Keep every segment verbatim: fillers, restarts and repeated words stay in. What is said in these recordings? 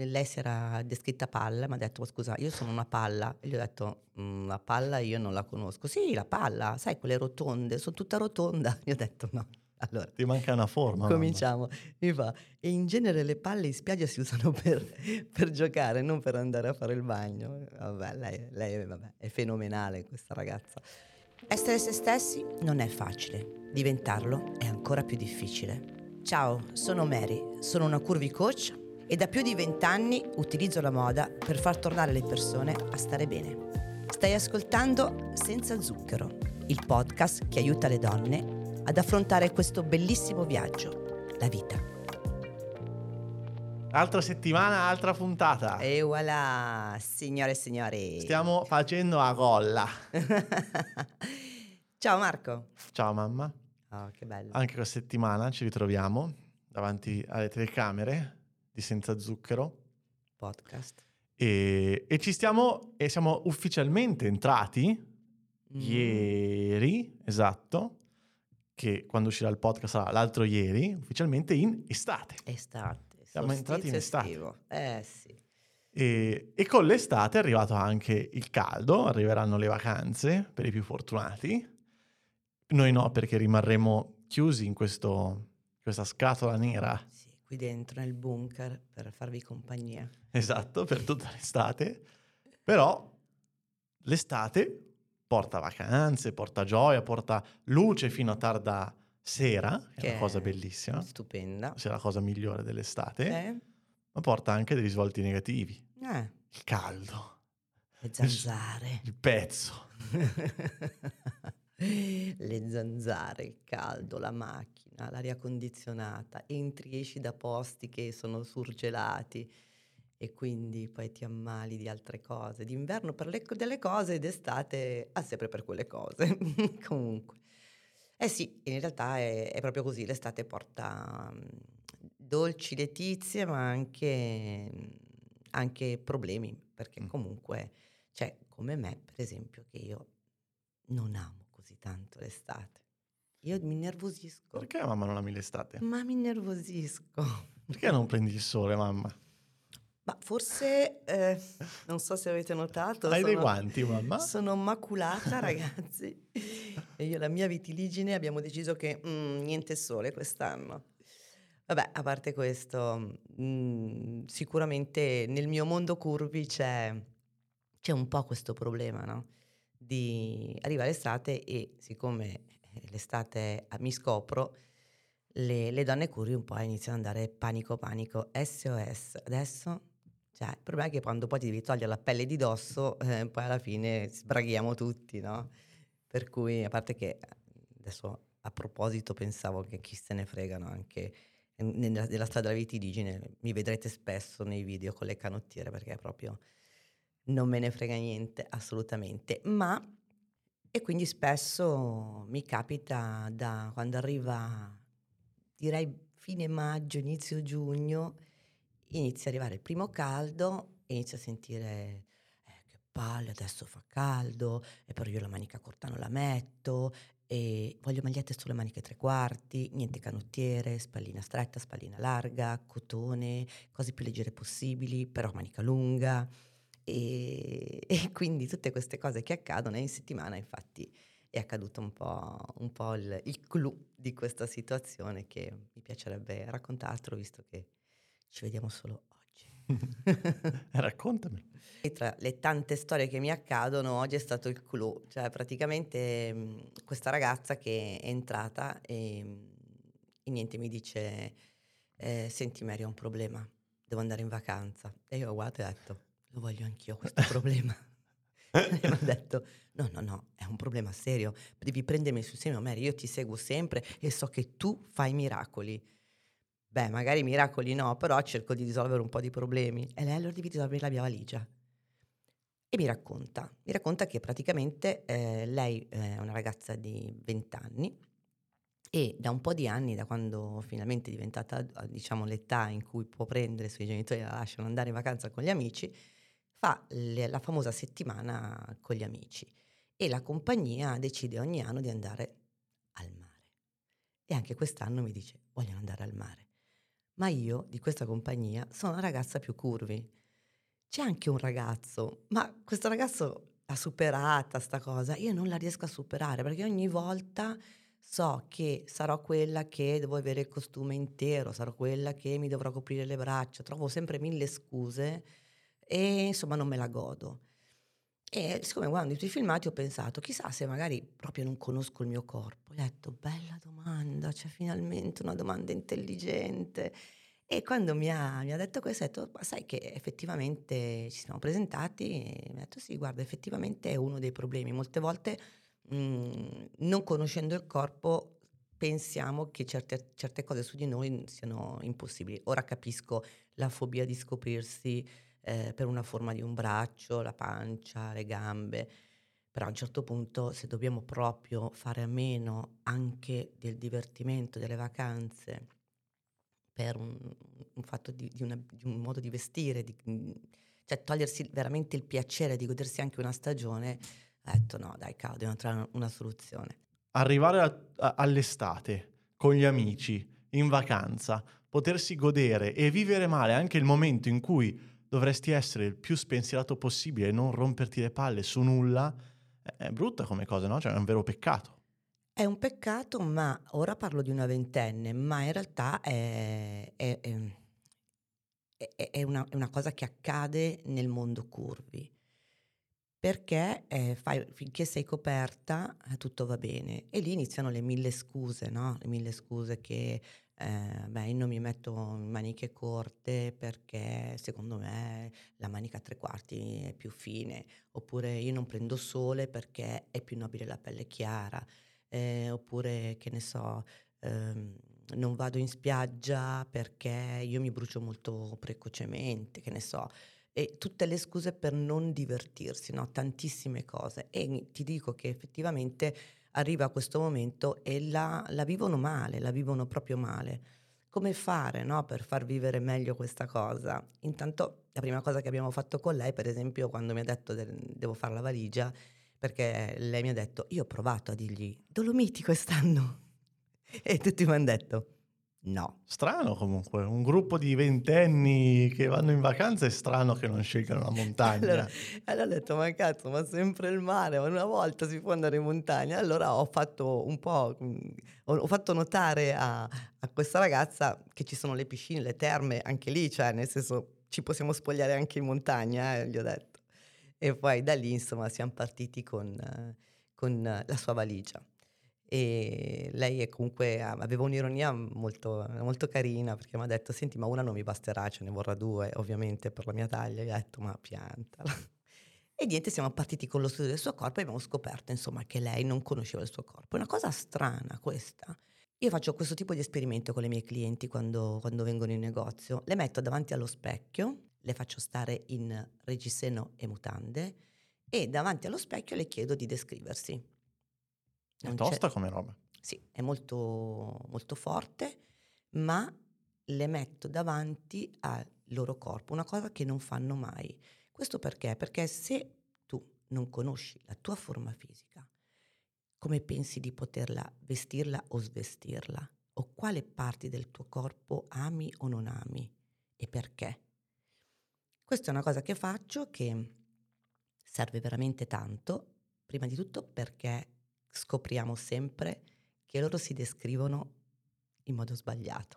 lei si era descritta palla, mi ha detto: "Scusa, io sono una palla." E gli ho detto: "Mhmm, la palla io non la conosco." "Sì, la palla, sai quelle rotonde, son tutta rotonda." Gli ho detto: "No." Allora, Ti manca una forma, mamma. cominciamo. Mi fa: "E in genere le palle in spiaggia si usano per per giocare, non per andare a fare il bagno." Vabbè, lei lei vabbè, è fenomenale questa ragazza. Essere se stessi non è facile, diventarlo è ancora più difficile. Ciao, sono Mary, sono una curvy coach e da più di vent'anni utilizzo la moda per far tornare le persone a stare bene. Stai ascoltando Senza Zucchero, il podcast che aiuta le donne ad affrontare questo bellissimo viaggio, la vita. Altra settimana, altra puntata. E voilà, signore e signori. Stiamo facendo a golla. Ciao Marco. Ciao mamma. Oh, che bello. Anche questa settimana ci ritroviamo davanti alle telecamere di Senza Zucchero Podcast. e, e ci stiamo e siamo ufficialmente entrati Mm. ieri, esatto, che quando uscirà il podcast sarà l'altro ieri, ufficialmente in estate. Estate. Siamo entrati in estate. Estivo. Eh sì. E, e con l'estate è arrivato anche il caldo, arriveranno le vacanze per i più fortunati. Noi no, perché rimarremo chiusi in questo, questa scatola nera. Sì, qui dentro nel bunker per farvi compagnia. Esatto, per tutta l'estate. Però l'estate porta vacanze, porta gioia, porta luce fino a tarda sera, che, Che è una cosa è bellissima, stupenda. se è la cosa migliore dell'estate, Eh? ma porta anche dei risvolti negativi. Eh, Il caldo, le zanzare. il pezzo. Le zanzare, il caldo, la macchina, l'aria condizionata, entri e esci da posti che sono surgelati e quindi poi ti ammali di altre cose. D'inverno per le, delle cose, d'estate ah, sempre per quelle cose. Comunque. Eh sì, in realtà è, è proprio così, l'estate porta mm, dolci letizie ma anche, mm, anche problemi, perché Mm. comunque c'è come me, per esempio, che io non amo così tanto l'estate. Io mi innervosisco. Perché mamma non ami l'estate? Ma mi innervosisco. Perché non prendi il sole, mamma? Ma forse, eh, non so se avete notato, Hai dei sono, guanti, mamma? sono maculata, ragazzi. E io e la mia vitiligine abbiamo deciso che mm, niente sole quest'anno. Vabbè, a parte questo, mm, sicuramente nel mio mondo curvi c'è, c'è un po' questo problema, no? Di arriva l'estate e siccome eh, l'estate ah, mi scopro, le, le donne curvi un po' iniziano ad andare panico panico, S O S. Adesso, cioè, il problema è che quando poi ti devi togliere la pelle di dosso, eh, poi alla fine sbraghiamo tutti, no? Per cui, a parte che adesso a proposito pensavo che chi se ne fregano anche nella, nella strada della vitiligine, mi vedrete spesso nei video con le canottiere perché proprio non me ne frega niente assolutamente, ma e quindi spesso mi capita da quando arriva, direi fine maggio, inizio giugno, inizia ad arrivare il primo caldo e inizio a sentire eh, che palle, adesso fa caldo, e però io la manica corta non la metto, e voglio magliette sulle maniche tre quarti, niente canottiere, spallina stretta, spallina larga, cotone, cose più leggere possibili, però manica lunga. E, e quindi tutte queste cose che accadono in settimana, infatti, è accaduto un po', un po' il, il clou di questa situazione che mi piacerebbe raccontartelo, visto che ci vediamo solo oggi. Raccontami. E tra le tante storie che mi accadono, oggi è stato il clou, cioè praticamente mh, questa ragazza che è entrata e, mh, e niente, mi dice, eh, senti Mary, ho un problema, devo andare in vacanza. E io ho guardato e ho detto, lo voglio anch'io questo problema. E mi ha detto, no, no, no, è un problema serio, devi prendermi sul serio, Mary, io ti seguo sempre e so che tu fai miracoli. Beh, magari miracoli no, però cerco di risolvere un po' di problemi. E lei allora devi risolvere la mia valigia. E mi racconta, mi racconta che praticamente eh, lei è una ragazza di venti anni e da un po' di anni, da quando finalmente è diventata, eh, diciamo, l'età in cui può prendere i suoi genitori e la lasciano andare in vacanza con gli amici, fa le- la famosa settimana con gli amici e la compagnia decide ogni anno di andare al mare. E anche quest'anno mi dice, vogliono andare al mare. ma io di questa compagnia sono la ragazza più curvy. C'è anche un ragazzo, ma questo ragazzo l'ha superata sta cosa, io non la riesco a superare perché ogni volta so che sarò quella che devo avere il costume intero, sarò quella che mi dovrò coprire le braccia, trovo sempre mille scuse e insomma non me la godo. E siccome guardando i tuoi filmati ho pensato: "Chissà se magari proprio non conosco il mio corpo". Ho detto: "Bella domanda, c'è finalmente una domanda intelligente". E quando mi ha mi ha detto questo ho detto: "Ma sai che effettivamente" ci siamo presentati e mi ha detto: "Sì, guarda effettivamente è uno dei problemi. Molte volte, mhmm, non conoscendo il corpo pensiamo che certe certe cose su di noi siano impossibili". Ora capisco la fobia di scoprirsi ehm, per una forma di un braccio, la pancia, le gambe, però a un certo punto se dobbiamo proprio fare a meno anche del divertimento, delle vacanze, per un un fatto di di una di un modo di vestire, di mhmm, cioè togliersi veramente il piacere di godersi anche una stagione, ho detto: "No dai cavolo, dobbiamo trovare una soluzione". Arrivare a a all'estate con gli amici, in vacanza, potersi godere e vivere male anche il momento in cui dovresti essere il più spensierato possibile e non romperti le palle su nulla, è è brutta come cosa, no, cioè è un vero peccato. È un peccato, ma ora parlo di una ventenne, ma in realtà è è ehm È è è una è una cosa che accade nel mondo curvy, perché, ehm, fai finché sei coperta, ehm, tutto va bene e lì iniziano le mille scuse, no, le mille scuse che, ehm, beh, io non mi metto in maniche corte perché secondo me la manica a tre quarti è più fine, oppure io non prendo sole perché è più nobile la pelle chiara, ehm, oppure che ne so, ehm, non vado in spiaggia perché io mi brucio molto precocemente, che ne so. E tutte le scuse per non divertirsi, no, tantissime cose. E mi ti dico che effettivamente arriva questo momento e la la vivono male, la vivono proprio male. Come fare, no, per far vivere meglio questa cosa? Intanto la prima cosa che abbiamo fatto con lei, per esempio, quando mi ha detto del devo far la valigia, perché lei mi ha detto: "Io ho provato a dirgli: "Dolomiti quest'anno". E tutti m'han detto: "No". Strano comunque, un gruppo di ventenni che vanno in vacanza è strano che non scelgano la Allora montagna. allora ho detto: "Ma cazzo, ma sempre il mare, ma una volta si può andare in montagna". Allora ho fatto un po', mhmm, ho ho fatto notare a a questa ragazza che ci sono le piscine, le terme anche lì, cioè nel senso ci possiamo spogliare anche in montagna eh, gli ho detto. E poi da lì insomma siam partiti con eh, con la sua valigia. E lei è comunque a aveva un'ironia molto molto carina perché m'ha detto: "Senti, ma una non mi basterà, ce ne vorrà due ovviamente per la mia taglia". Gli ho detto: "Ma piantala". E niente, siamo partiti con lo studio del suo corpo e abbiamo scoperto insomma che lei non conosceva il suo corpo. È una cosa strana questa. Io faccio questo tipo di esperimento con le mie clienti quando quando vengono in negozio. Le metto davanti allo specchio, le faccio stare in reggiseno e mutande e davanti allo specchio le chiedo di descriversi. È Non c'è tosta come roba. Sì, è molto molto forte, ma le metto davanti al loro corpo, una cosa che non fanno mai. Questo perché? Perché se tu non conosci la tua forma fisica, come pensi di poterla vestirla o svestirla? O quale parti del tuo corpo ami o non ami e perché? Questa è una cosa che faccio che serve veramente tanto, prima di tutto perché scopriamo sempre che loro si descrivono in modo sbagliato.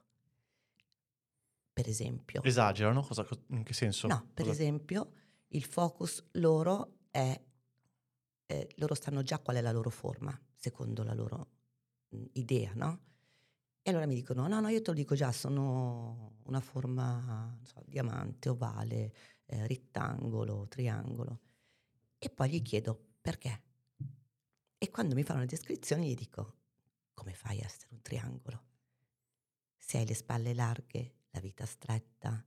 Per esempio Esagerano? Cosa co in che senso? no, per Cosa esempio il focus loro è ehm, loro sanno già qual è la loro forma, secondo la loro, mhmm, idea, no, e allora mi dicono: "No, no, io te lo dico già, sono una forma, non so, diamante, ovale, ehm, rettangolo, triangolo". E poi gli chiedo: "Perché?" E quando mi fanno le descrizioni gli dico: "Come fai a essere un triangolo? Se hai le spalle larghe, la vita stretta,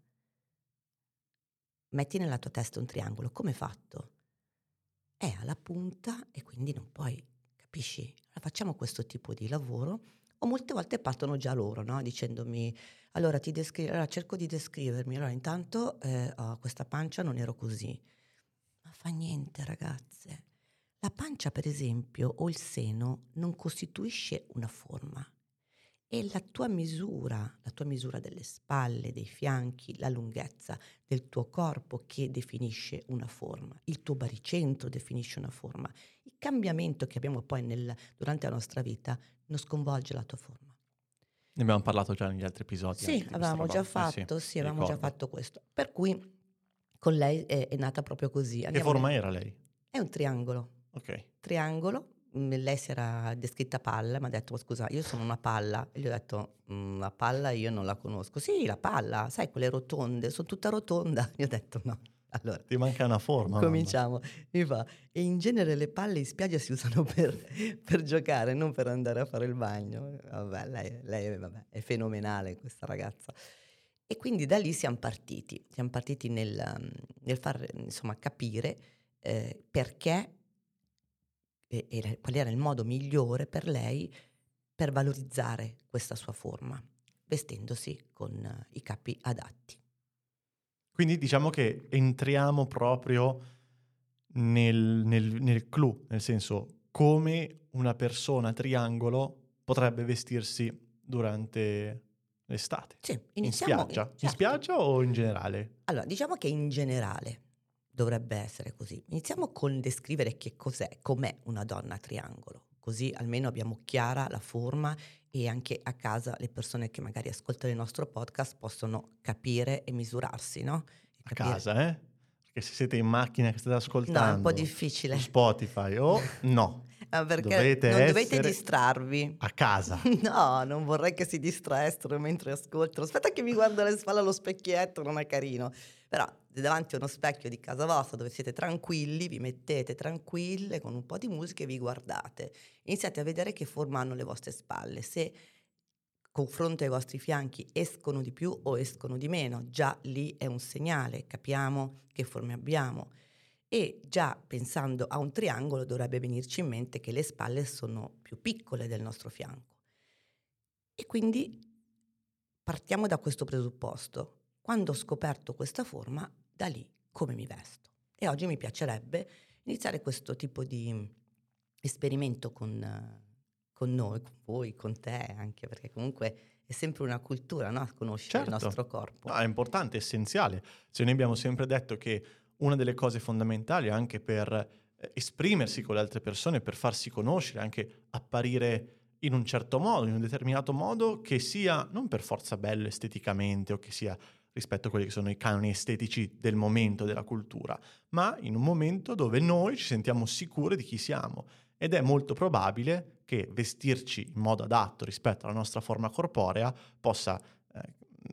metti nella tua testa un triangolo, come è fatto? È alla punta e quindi non puoi, capisci? Allora facciamo questo tipo di lavoro." O molte volte partono già loro, no, dicendomi: "Allora ti descri allora cerco di descrivermi. Allora intanto, ehm, ho questa pancia, non ero così". Ma fa niente ragazze. La pancia per esempio o il seno non costituisce una forma. e la tua misura, la tua misura delle spalle, dei fianchi, la lunghezza del tuo corpo che definisce una forma, il tuo baricentro definisce una forma. Il cambiamento che abbiamo poi nel, durante la nostra vita non sconvolge la tua forma. Ne abbiamo parlato già negli altri episodi. Sì, anche di avevamo questa già roba. Eh fatto, sì, sì, mi avevamo già ricordo. fatto questo. Per cui con lei è, è nata proprio così. Che Andiamo forma nel- era lei? È un triangolo. Ok. Triangolo. Mm, lei si era descritta palla, mi ha detto: "Ma scusa, io sono una palla." E gli ho detto: "Mm, la palla io non la conosco." "Sì, la palla, sai, quelle rotonde, sono tutta rotonda." Gli ho detto: "No." Allora, Ti manca una forma, mamma. cominciamo. Mi fa: "E in genere le palle in spiaggia si usano per, per giocare, non per andare a fare il bagno." Vabbè, lei, lei, vabbè, è fenomenale questa ragazza. E quindi da lì siamo partiti, siamo partiti nel, um, nel far, insomma, capire eh, perché e, e le- qual era il modo migliore per lei per valorizzare questa sua forma, vestendosi con eh, i capi adatti. Quindi diciamo che entriamo proprio nel, nel, nel clou, nel senso come una persona triangolo potrebbe vestirsi durante l'estate. Sì, In iniziamo, in- spiaggia? In certo. spiaggia o in generale? Allora, diciamo che in generale dovrebbe essere così. Iniziamo con descrivere che cos'è, com'è una donna triangolo, così almeno abbiamo chiara la forma e anche a casa le persone che magari ascoltano il nostro podcast possono capire e misurarsi, no? E A capire. casa, eh? Perché se siete in macchina che state No, è un po' ascoltando su difficile. Spotify o no, Ah, perché dovete non dovete essere distrarvi. a casa. No, non vorrei che si distraessero mentre ascoltano. Aspetta che mi guardo alle spalle allo specchietto, non è carino. Però davanti a uno specchio di casa vostra dove siete tranquilli, vi mettete tranquille con un po' di musica e vi guardate. Iniziate a vedere che forma hanno le vostre spalle. Se confronto ai vostri fianchi escono di più o escono di meno, già lì è un segnale, capiamo che forme abbiamo. E già pensando a un triangolo dovrebbe venirci in mente che le spalle sono più piccole del nostro fianco. E quindi partiamo da questo presupposto. Quando ho scoperto questa forma, da lì come mi vesto. E oggi mi piacerebbe iniziare questo tipo di esperimento con, eh, con noi, con voi, con te anche, perché comunque è sempre una cultura, no? Conoscere il Certo, nostro no, corpo. è importante, è essenziale. Se noi abbiamo sempre detto che una delle cose fondamentali anche per eh, esprimersi con le altre persone, per farsi conoscere, anche apparire in un certo modo, in un determinato modo, che sia non per forza bello esteticamente o che sia rispetto a quelli che sono i canoni estetici del momento, della cultura, ma in un momento dove noi ci sentiamo sicuri di chi siamo. Ed è molto probabile che vestirci in modo adatto rispetto alla nostra forma corporea possa eh,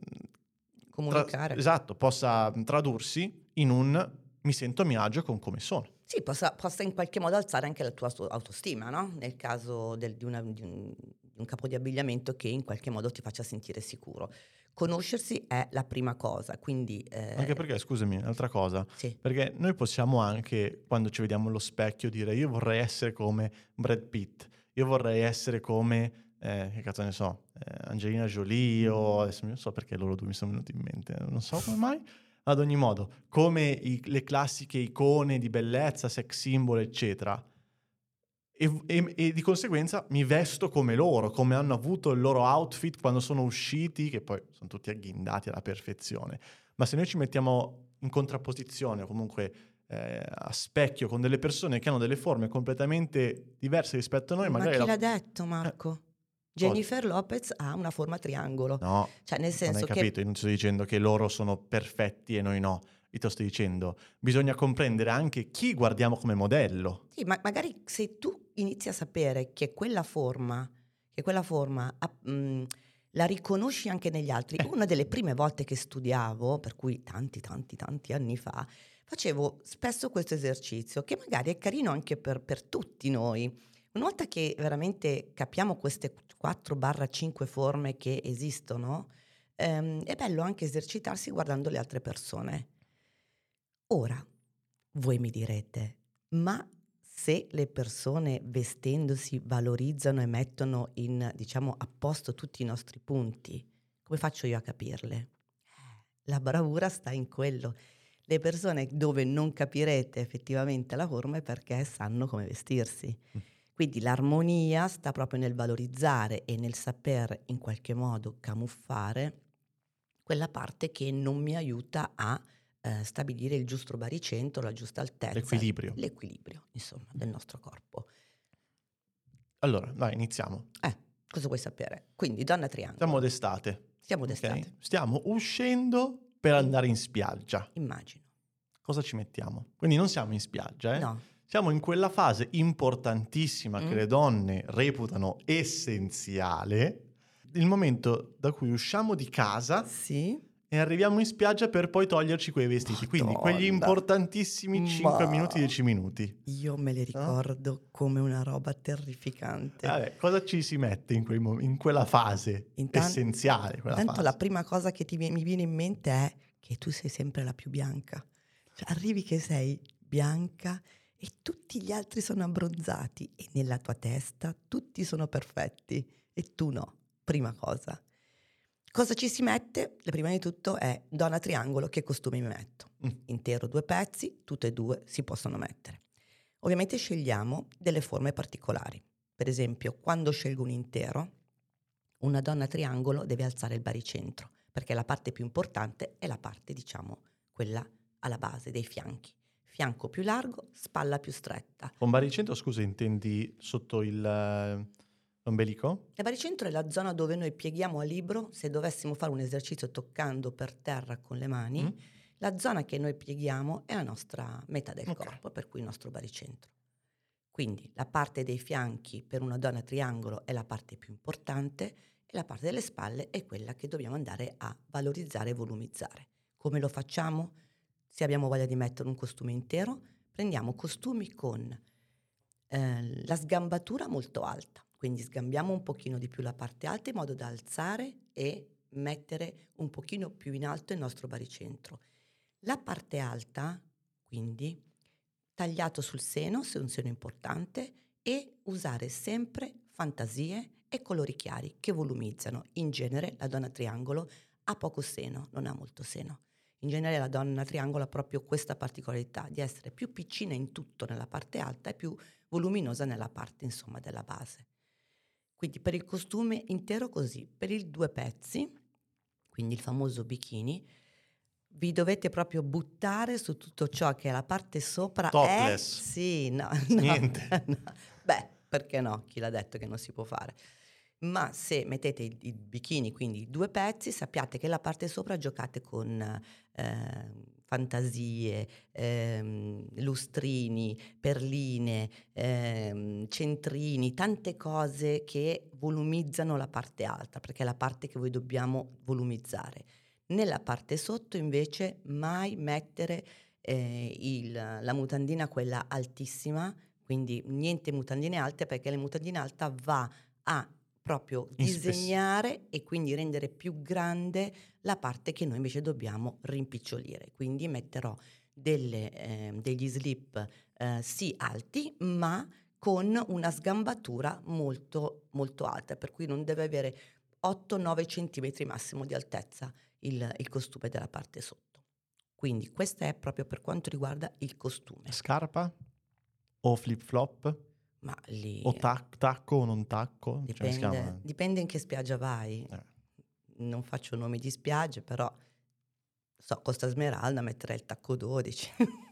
tra- Comunicare. esatto, possa tradursi in un mi sento a mio agio con come sono. Sì, possa possa in qualche modo alzare anche la tua auto autostima, no, nel caso del di una di un di un capo di abbigliamento che in qualche modo ti faccia sentire sicuro. Conoscersi è la prima cosa, quindi, ehm Anche perché, scusami, un'altra cosa, sì, perché noi possiamo anche, quando ci vediamo allo specchio, dire io vorrei essere come Brad Pitt, io vorrei essere come, eh, che cazzo ne so, eh, Angelina Jolie o adesso non so perché loro due mi sono venuti in mente, non so come mai. Ad ogni modo, come i- le classiche icone di bellezza, sex symbol, eccetera. E, e- e di conseguenza mi vesto come loro, come hanno avuto il loro outfit quando sono usciti, che poi sono tutti agghindati alla perfezione. Ma se noi ci mettiamo in contrapposizione o comunque eh, a specchio con delle persone che hanno delle forme completamente diverse rispetto a noi, ma magari chi la... l'ha detto eh, Marco? cosa? Jennifer Lopez ha una forma triangolo, No, cioè nel non hai senso che capito, io non ti sto dicendo che loro sono perfetti e noi no. Io te lo sto dicendo, bisogna comprendere anche chi guardiamo come modello. sì, ma magari se tu inizi a sapere che quella forma che quella forma ha mhmm, la riconosci anche negli altri. Eh, Una delle prime volte che studiavo, per cui tanti, tanti, tanti anni fa, facevo spesso questo esercizio, che magari è carino anche per per tutti noi. Una volta che veramente capiamo queste quattro cinque forme che esistono, ehm, è bello anche esercitarsi guardando le altre persone. Ora, voi mi direte: "Ma se le persone vestendosi valorizzano e mettono in diciamo, a posto tutti i nostri punti, come faccio io a capirle?" Eh, la bravura sta in quello. Le persone dove non capirete effettivamente la forma è perché sanno come vestirsi. Quindi l'armonia sta proprio nel valorizzare e nel saper in qualche modo camuffare quella parte che non mi aiuta a eh, stabilire il giusto baricentro, la giusta altezza, L'equilibrio. l'equilibrio, insomma, del nostro corpo. Allora, dai, iniziamo. Eh, cosa vuoi sapere? Quindi, donna Siamo triangolo. d'estate. Siamo ok? d'estate. Stiamo uscendo per andare in spiaggia. Immagino. Cosa ci mettiamo? Quindi non siamo in spiaggia, eh? No. Siamo in quella fase importantissima Mm. che le donne reputano essenziale, il momento da cui usciamo di casa Sì. e arriviamo in spiaggia per poi toglierci quei vestiti. Quindi quegli Madonna. importantissimi cinque Ma- minuti, dieci minuti. Io me le ricordo come una roba terrificante. Vabbè, cosa ci si mette in, quei mom- in quella fase Intan- essenziale? Quella Intanto fase. la prima cosa che ti vie- mi viene in mente è che tu sei sempre la più bianca. Cioè, arrivi che sei bianca e tutti gli altri sono abbronzati e nella tua testa tutti sono perfetti e tu no. Prima cosa. Cosa ci si mette? La prima di tutto è donna triangolo, che costume mi metto? Mm. Intero, due pezzi, tutte e due si possono mettere. Ovviamente scegliamo delle forme particolari. Per esempio, quando scelgo un intero, una donna triangolo deve alzare il baricentro, perché la parte più importante è la parte, diciamo, quella alla base dei fianchi. Fianco più largo, spalla più stretta. Con baricentro, scusa, intendi sotto il, eh, l'ombelico? Il baricentro è la zona dove noi pieghiamo a libro, se dovessimo fare un esercizio toccando per terra con le mani, Mm. la zona che noi pieghiamo è la nostra metà del Ok. corpo, per cui il nostro baricentro. Quindi la parte dei fianchi per una donna triangolo è la parte più importante e la parte delle spalle è quella che dobbiamo andare a valorizzare e volumizzare. Come lo facciamo? Se abbiamo voglia di mettere un costume intero, prendiamo costumi con eh, la sgambatura molto alta, quindi sgambiamo un pochino di più la parte alta in modo da alzare e mettere un pochino più in alto il nostro baricentro. La parte alta, quindi, tagliato sul seno, se è un seno importante, e usare sempre fantasie e colori chiari che volumizzano. In genere la donna triangolo ha poco seno, non ha molto seno. In genere la donna triangolo ha proprio questa particolarità di essere più piccina in tutto nella parte alta e più voluminosa nella parte, insomma, della base. Quindi per il costume intero così, per il due pezzi, quindi il famoso bikini, vi dovete proprio buttare su tutto ciò che è la parte sopra. Topless. È... Sì, no, no, Niente. no. Beh, perché no? Chi l'ha detto che non si può fare? Ma se mettete il, il bikini, quindi i due pezzi, sappiate che la parte sopra giocate con eh, fantasie, ehm, lustrini, perline, ehm, centrini, tante cose che volumizzano la parte alta, perché è la parte che voi dobbiamo volumizzare. Nella parte sotto invece mai mettere eh, il, la mutandina quella altissima, quindi niente mutandine alte, perché la mutandina alta va a proprio In spess- disegnare e quindi rendere più grande la parte che noi invece dobbiamo rimpicciolire. Quindi metterò delle, eh, degli slip eh, sì alti, ma con una sgambatura molto molto alta, per cui non deve avere otto nove centimetri massimo di altezza il, il costume della parte sotto. Quindi questo è proprio per quanto riguarda il costume. Scarpa o flip flop Ma lì o tac- tacco o non tacco? Cioè, si dipende, chiama... dipende in che spiaggia vai. eh. Non faccio nomi di spiagge, però so, Costa Smeralda metterei il tacco dodici.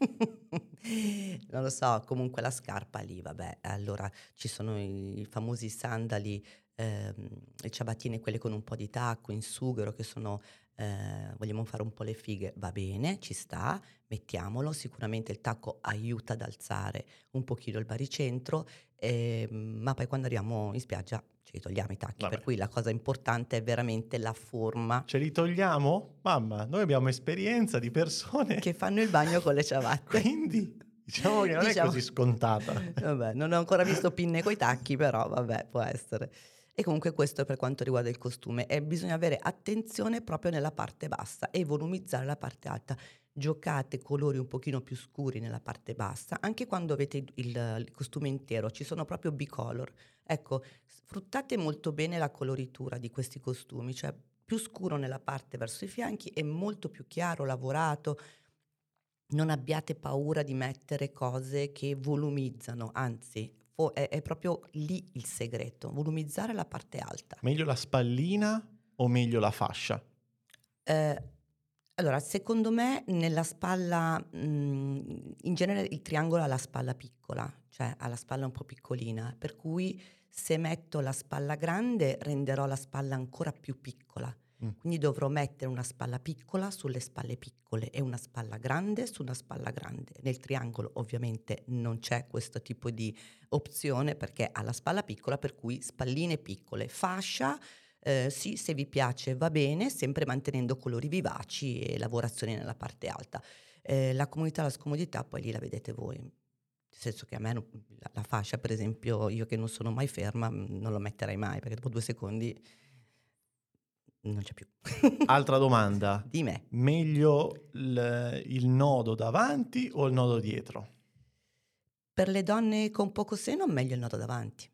Non lo so, comunque la scarpa lì, vabbè. Allora ci sono i, i famosi sandali, ehm, le ciabattine, quelle con un po' di tacco in sughero, che sono, eh, vogliamo fare un po' le fighe, va bene, ci sta, mettiamolo. Sicuramente il tacco aiuta ad alzare un pochino il baricentro, ehm, ma poi quando arriviamo in spiaggia ce li togliamo i tacchi, Vabbè. per cui la cosa importante è veramente la forma Ce li togliamo? Mamma, noi abbiamo esperienza di persone che fanno il bagno con le ciabatte. quindi diciamo che non Diciamo- è così scontata. Vabbè, non ho ancora visto pinne coi tacchi, però vabbè, può essere. E comunque questo è per quanto riguarda il costume. E bisogna avere attenzione proprio nella parte bassa e volumizzare la parte alta. Giocate colori un pochino più scuri nella parte bassa, anche quando avete il, il- il costume intero, ci sono proprio bicolor. Ecco, sfruttate molto bene la coloritura di questi costumi, cioè più scuro nella parte verso i fianchi e molto più chiaro, lavorato. Non abbiate paura di mettere cose che volumizzano, anzi, fo- è, è proprio lì il segreto, volumizzare la parte alta. Meglio la spallina o meglio la fascia? Eh, allora, secondo me nella spalla, mh, in genere il triangolo ha la spalla piccola, cioè ha la spalla un po' piccolina, per cui se metto la spalla grande renderò la spalla ancora più piccola. Mm. Quindi dovrò mettere una spalla piccola sulle spalle piccole e una spalla grande su una spalla grande. Nel triangolo ovviamente non c'è questo tipo di opzione perché ha la spalla piccola, per cui spalline piccole, fascia. Eh, sì, se vi piace va bene, sempre mantenendo colori vivaci e lavorazioni nella parte alta. Eh, la comodità e la scomodità poi lì la vedete voi. Nel senso che a me non- la, la fascia, per esempio, io che non sono mai ferma, mh, non lo metterei mai perché dopo due secondi non c'è più. Altra domanda. Di me. Meglio il, il nodo davanti o il nodo dietro? Per le donne con poco seno, meglio il nodo davanti.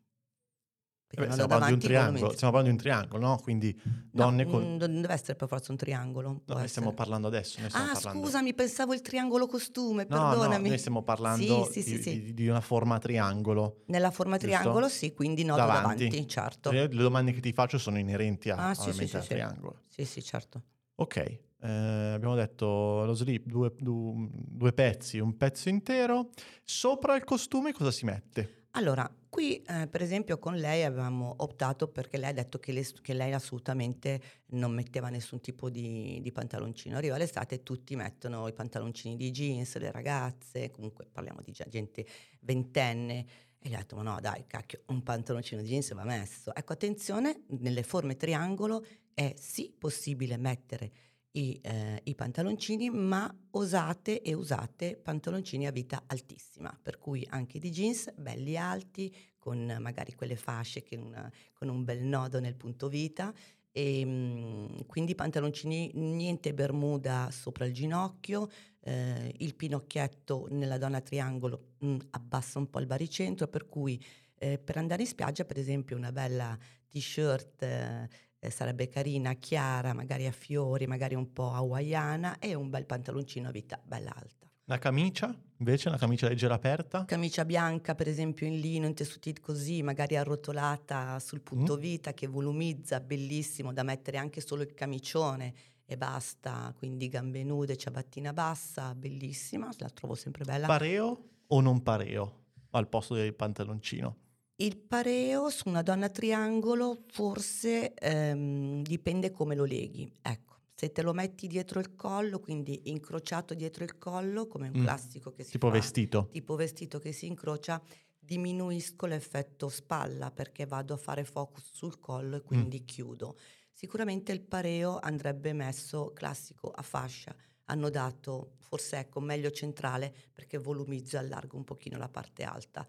Perché Eh beh, il nodo stiamo parlando di un davanti triangolo, volumizza. stiamo parlando di un triangolo, no? Quindi No, donne con... mm, non deve essere per forza un triangolo, No, può noi stiamo essere. parlando adesso, noi stiamo Ah, parlando... scusami, pensavo il triangolo costume, No, no, noi perdonami. stiamo Sì, parlando sì, sì, di, sì. di- di una forma triangolo, Nella forma triangolo giusto? sì, quindi nodo Davanti. davanti, certo. Le le domande che ti faccio sono inerenti a, Ah, sì, sì, ovviamente sì, al sì. triangolo. Sì, sì, certo. Ok, eh, abbiamo detto lo slip, due, du- due pezzi, un pezzo intero. Sopra il costume cosa si mette? Allora, qui eh, per esempio con lei avevamo optato perché lei ha detto che, le- che lei assolutamente non metteva nessun tipo di, di pantaloncino. Arriva l'estate e tutti mettono i pantaloncini di jeans, le ragazze, comunque parliamo di già gente ventenne. E gli ho detto, ma no dai, cacchio, un pantaloncino di jeans va messo. Ecco, attenzione, nelle forme triangolo è sì possibile mettere i, eh, i pantaloncini, ma osate e usate pantaloncini a vita altissima, per cui anche di jeans belli alti, con magari quelle fasce che una- con un bel nodo nel punto vita, e mm, quindi pantaloncini niente bermuda sopra il ginocchio, eh, il pinocchietto nella donna triangolo mm, abbassa un po' il baricentro, per cui eh, per andare in spiaggia, per esempio, una bella t-shirt eh, eh, sarebbe carina, chiara, magari a fiori, magari un po' hawaiana, e un bel pantaloncino a vita bella alta. La camicia, invece, una camicia leggera aperta? Camicia bianca, per esempio, in lino, in tessuti così, magari arrotolata sul punto Mm? vita, che volumizza, bellissimo, da mettere anche solo il camicione e basta, quindi gambe nude, ciabattina bassa, bellissima, la trovo sempre bella. Pareo o non pareo al posto del pantaloncino? Il pareo su una donna triangolo forse ehm, dipende come lo leghi. Ecco, se te lo metti dietro il collo, quindi incrociato dietro il collo, come un Mm. classico che si Tipo fa, vestito. tipo vestito che si incrocia, diminuisco l'effetto spalla perché vado a fare focus sul collo e quindi Mm. chiudo. Sicuramente il pareo andrebbe messo classico a fascia, annodato, forse ecco meglio centrale perché volumizzo e allargo un pochino la parte alta.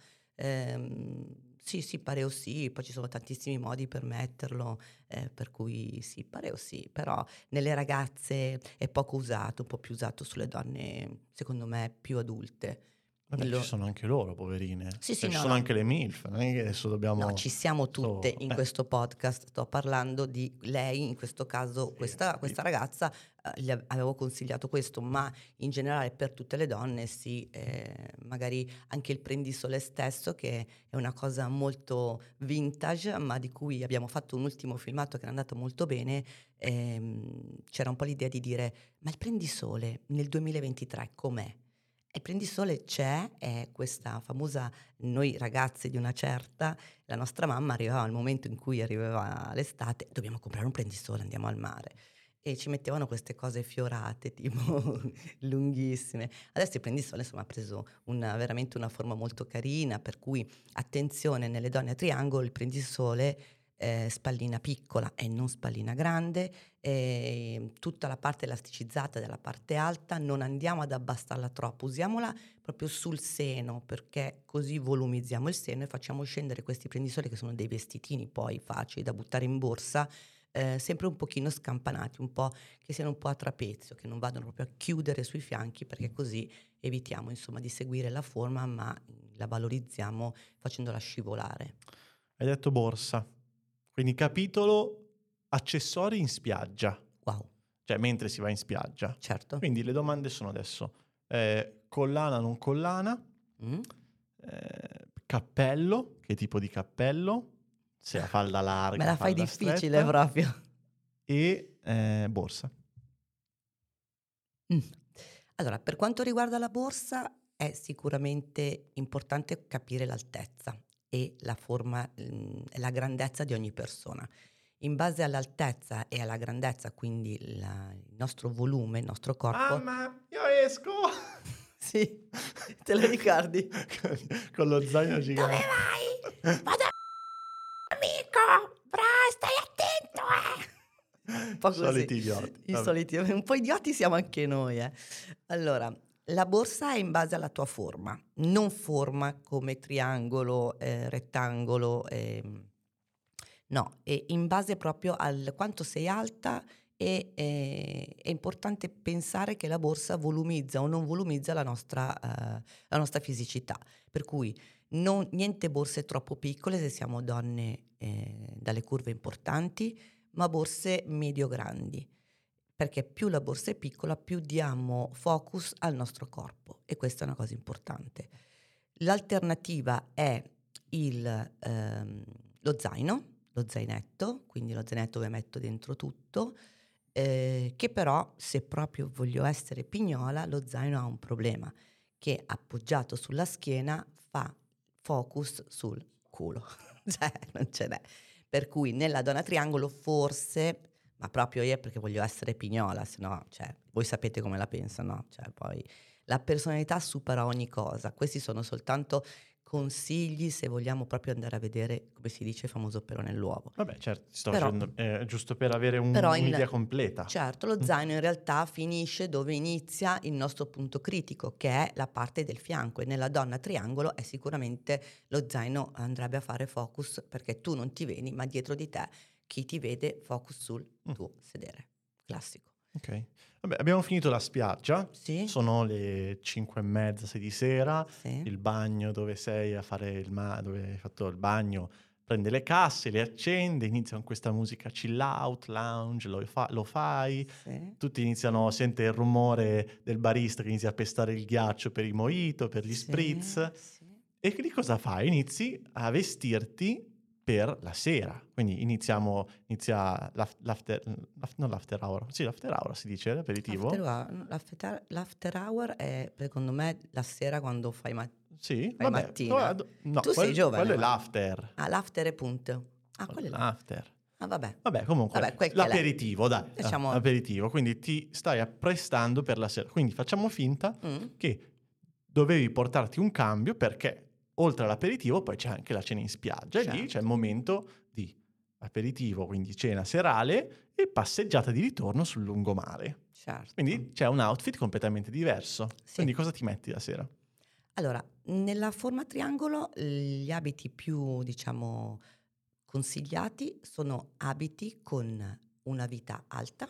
Ehm, sì, sì, pareo sì, poi ci sono tantissimi modi per metterlo, eh, per cui sì, pareo sì, però nelle ragazze è poco usato, un po' più usato sulle donne, secondo me, più adulte. Vabbè, ci Lo- sono anche loro, poverine. Sì, sì, Cioè, ci no, sono no. anche le MILF, non è che adesso No, dobbiamo... ci siamo tutte sto- in eh, questo podcast, sto parlando di lei, in questo caso sì, questa, sì. questa ragazza, eh, gli ave- avevo consigliato questo, ma in generale per tutte le donne sì, eh, magari anche il prendisole stesso, che è una cosa molto vintage, ma di cui abbiamo fatto un ultimo filmato che è andato molto bene, ehm, c'era un po' l'idea di dire, ma il prendisole nel duemilaventitré com'è? E il prendisole c'è, è questa famosa, noi ragazze di una certa, la nostra mamma arrivava al momento in cui arrivava l'estate, dobbiamo comprare un prendisole, andiamo al mare. E ci mettevano queste cose fiorate, tipo lunghissime. Adesso il prendisole insomma ha preso una, veramente una forma molto carina, per cui attenzione nelle donne a triangolo, il prendisole eh, spallina piccola e non spallina grande, e tutta la parte elasticizzata della parte alta, non andiamo ad abbassarla troppo, usiamola proprio sul seno perché così volumizziamo il seno e facciamo scendere questi prendisoli che sono dei vestitini poi facili da buttare in borsa, eh, sempre un pochino scampanati, un po' che siano un po' a trapezio, che non vadano proprio a chiudere sui fianchi perché così evitiamo insomma di seguire la forma ma la valorizziamo facendola scivolare. Hai detto borsa. Quindi capitolo accessori in spiaggia. Wow, Cioè, mentre si va in spiaggia. certo. Quindi le domande sono adesso. eh, collana, non collana? Mm? Eh, cappello, che tipo di cappello, se la falda larga, Me la fai falda difficile stretta, proprio. e eh, borsa. Mm. Allora, per quanto riguarda la borsa, è sicuramente importante capire l'altezza e la forma, mm, e la grandezza di ogni persona. In base all'altezza e alla grandezza, quindi la- il nostro volume, il nostro corpo, Mamma, io esco! sì, te lo ricordi? Con lo zaino Dove gigante. vai? Vado, amico! Bra, stai attento, eh! Un po' così. Soliti idioti. I Vabbè. soliti, un po' idioti siamo anche noi, eh. Allora, la borsa è in base alla tua forma, non forma come triangolo, eh, rettangolo, ehm, no, è in base proprio al quanto sei alta e eh, è importante pensare che la borsa volumizza o non volumizza la nostra, eh, la nostra fisicità. Per cui non- niente borse troppo piccole se siamo donne eh, dalle curve importanti, ma borse medio-grandi. Perché più la borsa è piccola, più diamo focus al nostro corpo e questa è una cosa importante. L'alternativa è il, ehm, lo zaino, lo zainetto, quindi lo zainetto dove metto dentro tutto, eh, che però, se proprio voglio essere pignola, lo zaino ha un problema, che appoggiato sulla schiena fa focus sul culo, cioè non ce n'è. Per cui nella donna triangolo forse, ma proprio io perché voglio essere pignola, se no, cioè, voi sapete come la pensano, no? Cioè, poi la personalità supera ogni cosa. Questi sono soltanto consigli se vogliamo proprio andare a vedere, come si dice, il famoso pero nell'uovo. Vabbè, certo, ti sto Però, facendo eh, giusto per avere un- però un'idea il, completa. certo, lo Mm. zaino in realtà finisce dove inizia il nostro punto critico, che è la parte del fianco. E nella donna triangolo è sicuramente lo zaino andrebbe a fare focus perché tu non ti vedi, ma dietro di te chi ti vede focus sul Mm. tuo sedere. Classico. Ok. Vabbè, abbiamo finito la spiaggia. Sì, Sono le cinque e mezza, sei di sera. sì, Il bagno dove sei a fare il ma- dove hai fatto il bagno prende le casse, le accende, inizia con questa musica chill out, lounge, lo, fa- lo fai. sì, Tutti iniziano, sente il rumore del barista che inizia a pestare il ghiaccio per i mojito, per gli sì, spritz. sì. E lì cosa fai? Inizi a vestirti per la sera. Quindi iniziamo, inizia l'af- l'after, l'af- non l'after hour, sì, l'after hour si dice, After l'aperitivo. hour, l'after, l'after hour è secondo me la sera quando fai, ma- Sì, fai vabbè, mattina. guarda, no, Tu sei quel- giovane, quello è ma... l'after. Ah, l'after è punto. Ah, Quello quello è è là. l'after. Ah, vabbè. Vabbè, comunque, Vabbè, quel che l'è. l'aperitivo, dai, ah, Diciamo... l'aperitivo. Quindi ti stai apprestando per la sera. Quindi facciamo finta Mm, che dovevi portarti un cambio perché oltre all'aperitivo poi c'è anche la cena in spiaggia e lì c'è il certo, momento di aperitivo, quindi cena serale e passeggiata di ritorno sul lungomare. certo. Quindi c'è un outfit completamente diverso. Sì. Quindi cosa ti metti la sera? Allora, nella forma triangolo gli abiti più, diciamo, consigliati sono abiti con una vita alta,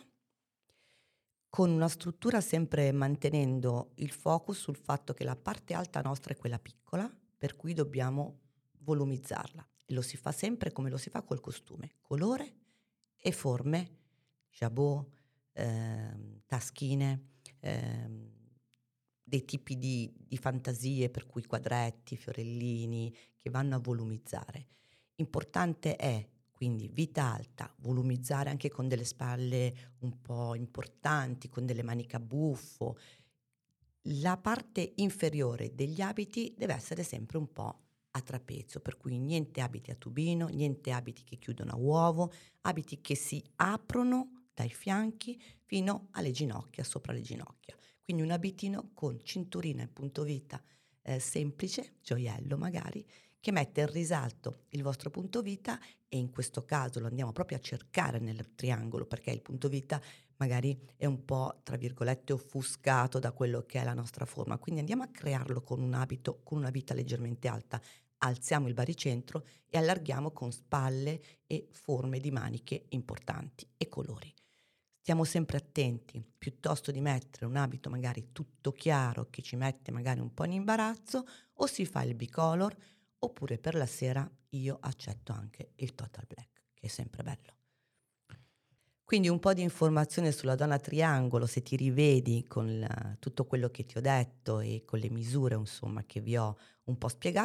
con una struttura sempre mantenendo il focus sul fatto che la parte alta nostra è quella piccola, per cui dobbiamo volumizzarla. E lo si fa sempre come lo si fa col costume, colore e forme, jabot, ehm, taschine, ehm, dei tipi di, di fantasie, per cui quadretti, fiorellini, che vanno a volumizzare. Importante è quindi vita alta, volumizzare anche con delle spalle un po' importanti, con delle maniche a buffo. La parte inferiore degli abiti deve essere sempre un po' a trapezio, per cui niente abiti a tubino, niente abiti che chiudono a uovo, abiti che si aprono dai fianchi fino alle ginocchia, sopra le ginocchia. Quindi un abitino con cinturina e punto vita eh, semplice, gioiello magari, che mette in risalto il vostro punto vita e in questo caso lo andiamo proprio a cercare nel triangolo perché il punto vita magari è un po', tra virgolette, offuscato da quello che è la nostra forma. Quindi andiamo a crearlo con un abito, con una vita leggermente alta. Alziamo il baricentro e allarghiamo con spalle e forme di maniche importanti e colori. Stiamo sempre attenti, piuttosto di mettere un abito magari tutto chiaro che ci mette magari un po' in imbarazzo, o si fa il bicolor, oppure per la sera io accetto anche il total black, che è sempre bello. Quindi un po' di informazione sulla donna triangolo, se ti rivedi con la- tutto quello che ti ho detto e con le misure, insomma, che vi ho un po' spiegato,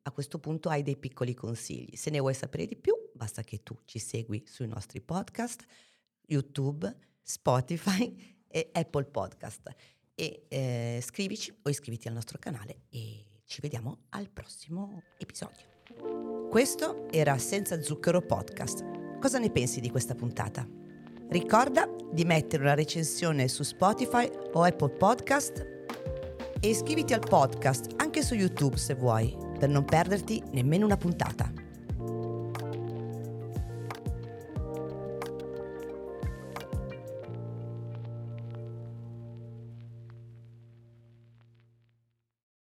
a questo punto hai dei piccoli consigli. Se ne vuoi sapere di più, basta che tu ci segui sui nostri podcast, YouTube, Spotify e Apple Podcast. E eh, scrivici o iscriviti al nostro canale e ci vediamo al prossimo episodio. Questo era Senza Zucchero Podcast. Cosa ne pensi di questa puntata? Ricorda di mettere una recensione su Spotify o Apple Podcast e iscriviti al podcast anche su YouTube se vuoi, per non perderti nemmeno una puntata.